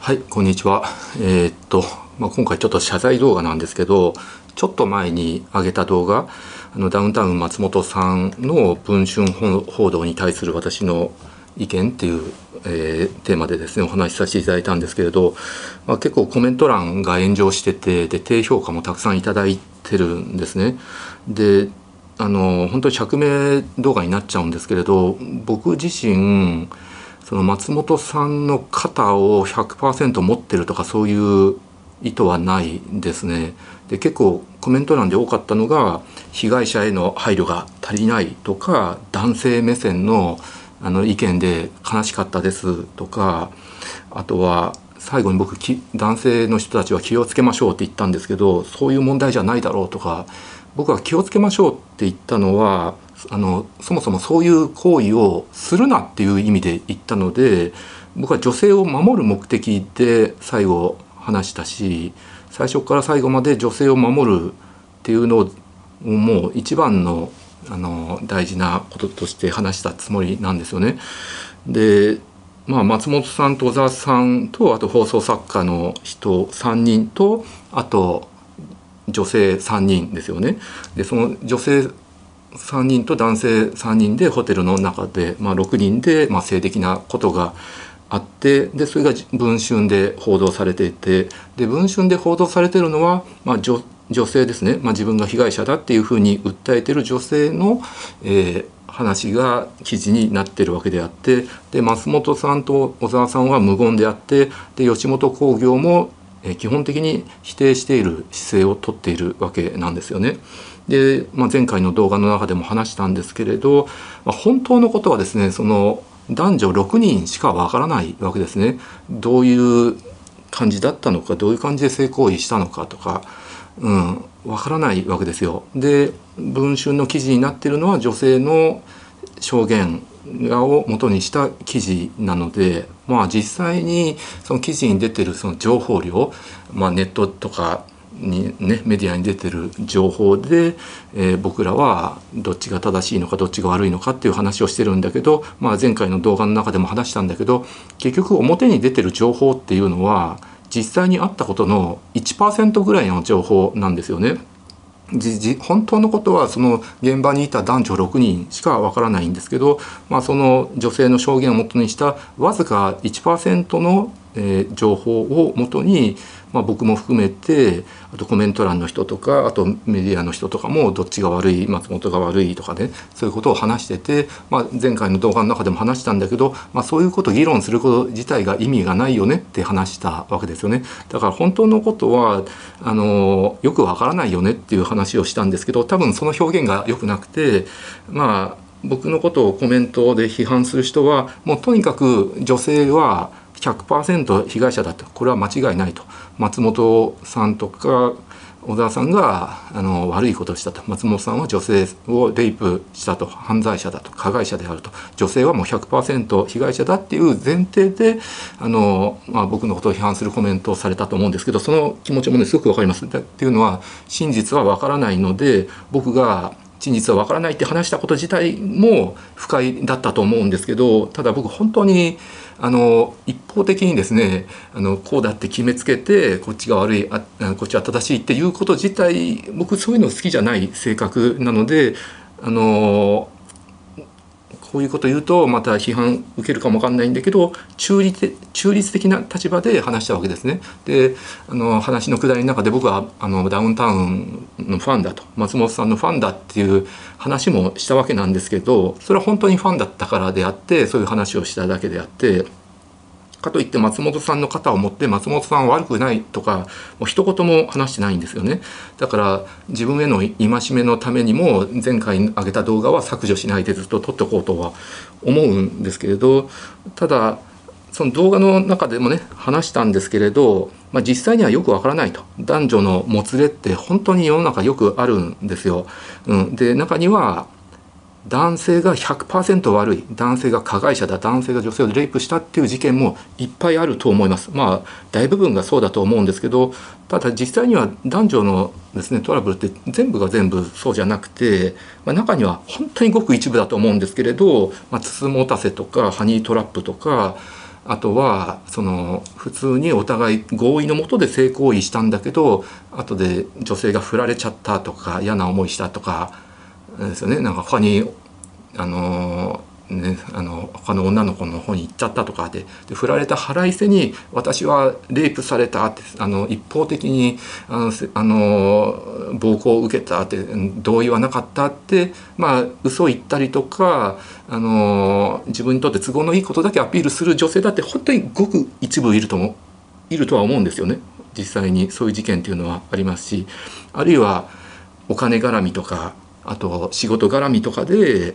はい、こんにちは。今回ちょっと謝罪動画なんですけど、ちょっと前に上げた動画、ダウンタウン松本さんの文春報道に対する私の意見っていう、テーマでですね、お話しさせていただいたんですけれど、結構コメント欄が炎上してて、で、低評価もたくさんいただいてるんですね。で、本当に釈明動画になっちゃうんですけれど、僕自身、その松本さんの肩を 100% 持ってるとかそういう意図はないですね。で、結構コメント欄で多かったのが、被害者への配慮が足りないとか、男性目線の意見で悲しかったですとか、あとは最後に僕、男性の人たちは気をつけましょうって言ったんですけど、そういう問題じゃないだろうとか、僕は気をつけましょうって言ったのは、そもそもそういう行為をするなっていう意味で言ったので、僕は女性を守る目的で最後話したし、最初から最後まで女性を守るっていうのをもう一番の大事なこととして話したつもりなんですよね。で、松本さんと小沢さんと、あと放送作家の人3人と、あと女性3人ですよね。で、その女性3人と男性3人でホテルの中で、6人で性的なことがあって、でそれが文春で報道されていて、で文春で報道されているのは、女性ですね、自分が被害者だっていうふうに訴えている女性の、話が記事になっているわけであって、で松本さんと小沢さんは無言であって、で吉本興業も基本的に否定している姿勢をとっているわけなんですよね。で、前回の動画の中でも話したんですけれど、本当のことはですね、その男女6人しかわからないわけですね。どういう感じだったのか、どういう感じで性行為したのかとか、わからないわけですよ。で、文春の記事になっているのは女性の証言を元にした記事なので、実際にその記事に出てるその情報量、ネットとかにね、メディアに出てる情報で、僕らはどっちが正しいのかどっちが悪いのかっていう話をしてるんだけど、前回の動画の中でも話したんだけど、結局表に出てる情報っていうのは実際にあったことの 1% ぐらいの情報なんですよね。本当のことはその現場にいた男女6人しかわからないんですけど、その女性の証言をもとにしたわずか 1% の情報をもとに、僕も含めて、あとコメント欄の人とか、あとメディアの人とかもどっちが悪い、松本が悪いとかね、そういうことを話してて、前回の動画の中でも話したんだけど、そういうことを議論すること自体が意味がないよねって話したわけですよね。だから本当のことはよくわからないよねっていう話をしたんですけど、多分その表現が良くなくて、僕のことをコメントで批判する人は、もうとにかく女性は100% 被害者だと、これは間違いないと、松本さんとか小沢さんが悪いことをしたと、松本さんは女性をレイプしたと、犯罪者だと、加害者であると、女性はもう 100% 被害者だっていう前提で僕のことを批判するコメントをされたと思うんですけど、その気持ちもねすごくわかります。っていうのは、真実はわからないので、僕が真実はわからないって話したこと自体も不快だったと思うんですけど、ただ僕本当に一方的にですね、こうだって決めつけて、こっちが悪い、こっちは正しいっていうこと自体、僕そういうの好きじゃない性格なので、こういうこと言うとまた批判受けるかもわかんないんだけど、中立的な立場で話したわけですね。で、話のくだりの中で僕はダウンタウンのファンだと、松本さんのファンだっていう話もしたわけなんですけど、それは本当にファンだったからであって、そういう話をしただけであって、かといって松本さんの肩を持って松本さんは悪くないとかもう一言も話してないんですよね。だから自分への戒めのためにも前回上げた動画は削除しないでずっと撮っておこうとは思うんですけれど、ただその動画の中でもね話したんですけれど、実際にはよくわからないと。男女のもつれって本当に世の中よくあるんですよ。で、中には男性が 100% 悪い、男性が加害者だ、男性が女性をレイプしたっていう事件もいっぱいあると思います。大部分がそうだと思うんですけど、ただ実際には男女のですねトラブルって全部が全部そうじゃなくて、中には本当にごく一部だと思うんですけれど、つつもたせとかハニートラップとか、 あとはその普通にお互い合意のもとで性行為したんだけど後で女性が振られちゃったとか嫌な思いしたとかですよね。なんか他に他の女の子の方に行っちゃったとかで振られた腹いせに私はレイプされたって一方的に暴行を受けたって同意はなかったって嘘を言ったりとか自分にとって都合のいいことだけアピールする女性だって本当にごく一部いるとは思うんですよね。実際にそういう事件っていうのはありますし、あるいはお金絡みとかあと仕事絡みとかで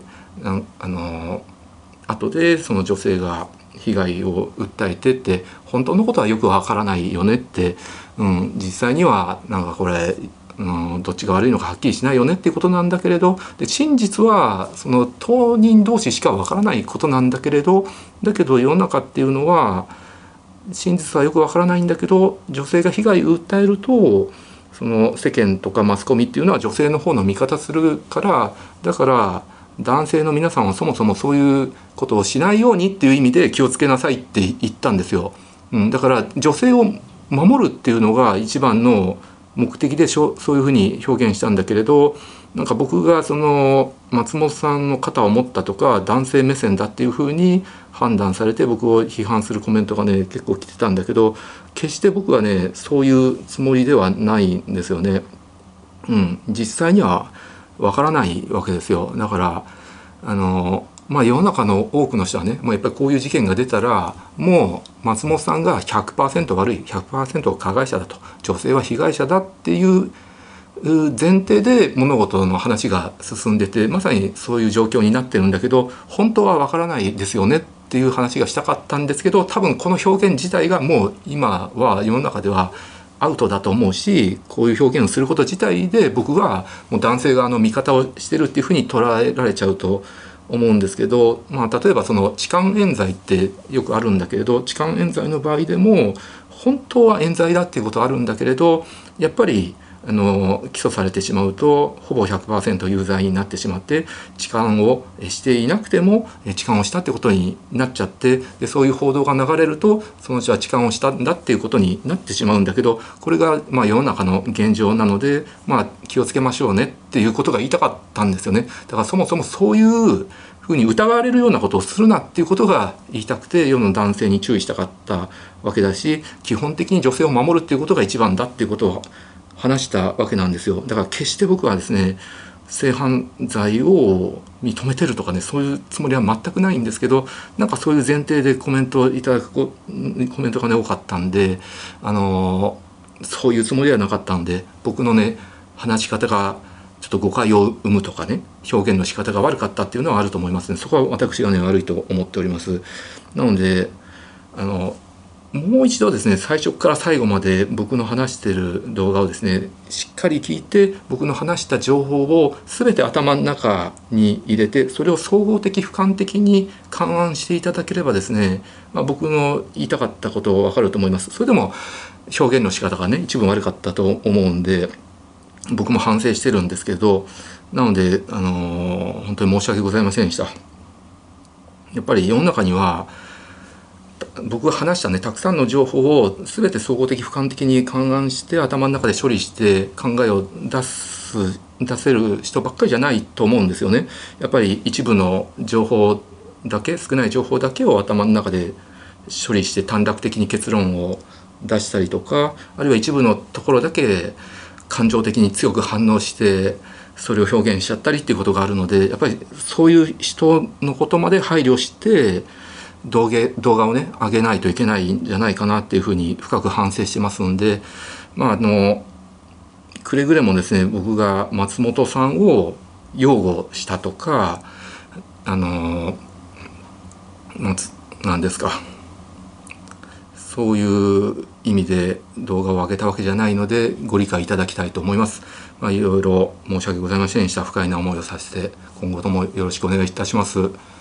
後でその女性が被害を訴えてって本当のことはよくわからないよねって、実際にはなんかこれ、どっちが悪いのかはっきりしないよねっていうことなんだけれど、で真実はその当人同士しかわからないことなんだけど世の中っていうのは真実はよくわからないんだけど女性が被害を訴えるとその世間とかマスコミっていうのは女性の方の味方するからだから男性の皆さんはそもそもそういうことをしないようにっていう意味で気をつけなさいって言ったんですよ。だから女性を守るっていうのが一番の目的でそういうふうに表現したんだけれど、なんか僕がその松本さんの肩を持ったとか男性目線だっていうふうに判断されて僕を批判するコメントがね結構来てたんだけど、決して僕はねそういうつもりではないんですよね。実際にはわからないわけですよ。だから世の中の多くの人はねもうやっぱりこういう事件が出たらもう松本さんが 100% 悪い 100% 加害者だと女性は被害者だっていう前提で物事の話が進んでてまさにそういう状況になってるんだけど本当はわからないですよねっていう話がしたかったんですけど、多分この表現自体がもう今は世の中ではアウトだと思うし、こういう表現をすること自体で僕はもう男性側の味方をしてるっていうふうに捉えられちゃうと思うんですけど、例えばその痴漢冤罪ってよくあるんだけれど痴漢冤罪の場合でも本当は冤罪だっていうことはあるんだけれどやっぱり起訴されてしまうとほぼ 100% 有罪になってしまって痴漢をしていなくても痴漢をしたってことになっちゃってでそういう報道が流れるとそのうちは痴漢をしたんだっていうことになってしまうんだけど、これが世の中の現状なので気をつけましょうねっていうことが言いたかったんですよね。だからそもそもそういうふうに疑われるようなことをするなっていうことが言いたくて世の男性に注意したかったわけだし、基本的に女性を守るっていうことが一番だっていうことを話したわけなんですよ。だから決して僕はですね性犯罪を認めてるとかねそういうつもりは全くないんですけど、なんかそういう前提でコメントをいただくコメントがね多かったんでそういうつもりはなかったんで僕のね話し方がちょっと誤解を生むとかね表現の仕方が悪かったっていうのはあると思いますね。そこは私がね悪いと思っております。なのでもう一度ですね最初から最後まで僕の話してる動画をですねしっかり聞いて僕の話した情報を全て頭の中に入れてそれを総合的俯瞰的に勘案していただければですね、僕の言いたかったこと分かると思います。それでも表現の仕方がね一部悪かったと思うんで僕も反省してるんですけど、なので本当に申し訳ございませんでした。やっぱり世の中には僕が話したねたくさんの情報を全て総合的俯瞰的に勘案して頭の中で処理して考えを出せる人ばっかりじゃないと思うんですよね。やっぱり一部の情報だけ少ない情報だけを頭の中で処理して短絡的に結論を出したりとか、あるいは一部のところだけ感情的に強く反応してそれを表現しちゃったりっていうことがあるので、やっぱりそういう人のことまで配慮して動画をね上げないといけないんじゃないかなっていうふうに深く反省してますんで、くれぐれもですね僕が松本さんを擁護したとかなんですかそういう意味で動画を上げたわけじゃないのでご理解いただきたいと思います。いろいろ申し訳ございませんでした。不快な思いをさせて今後ともよろしくお願いいたします。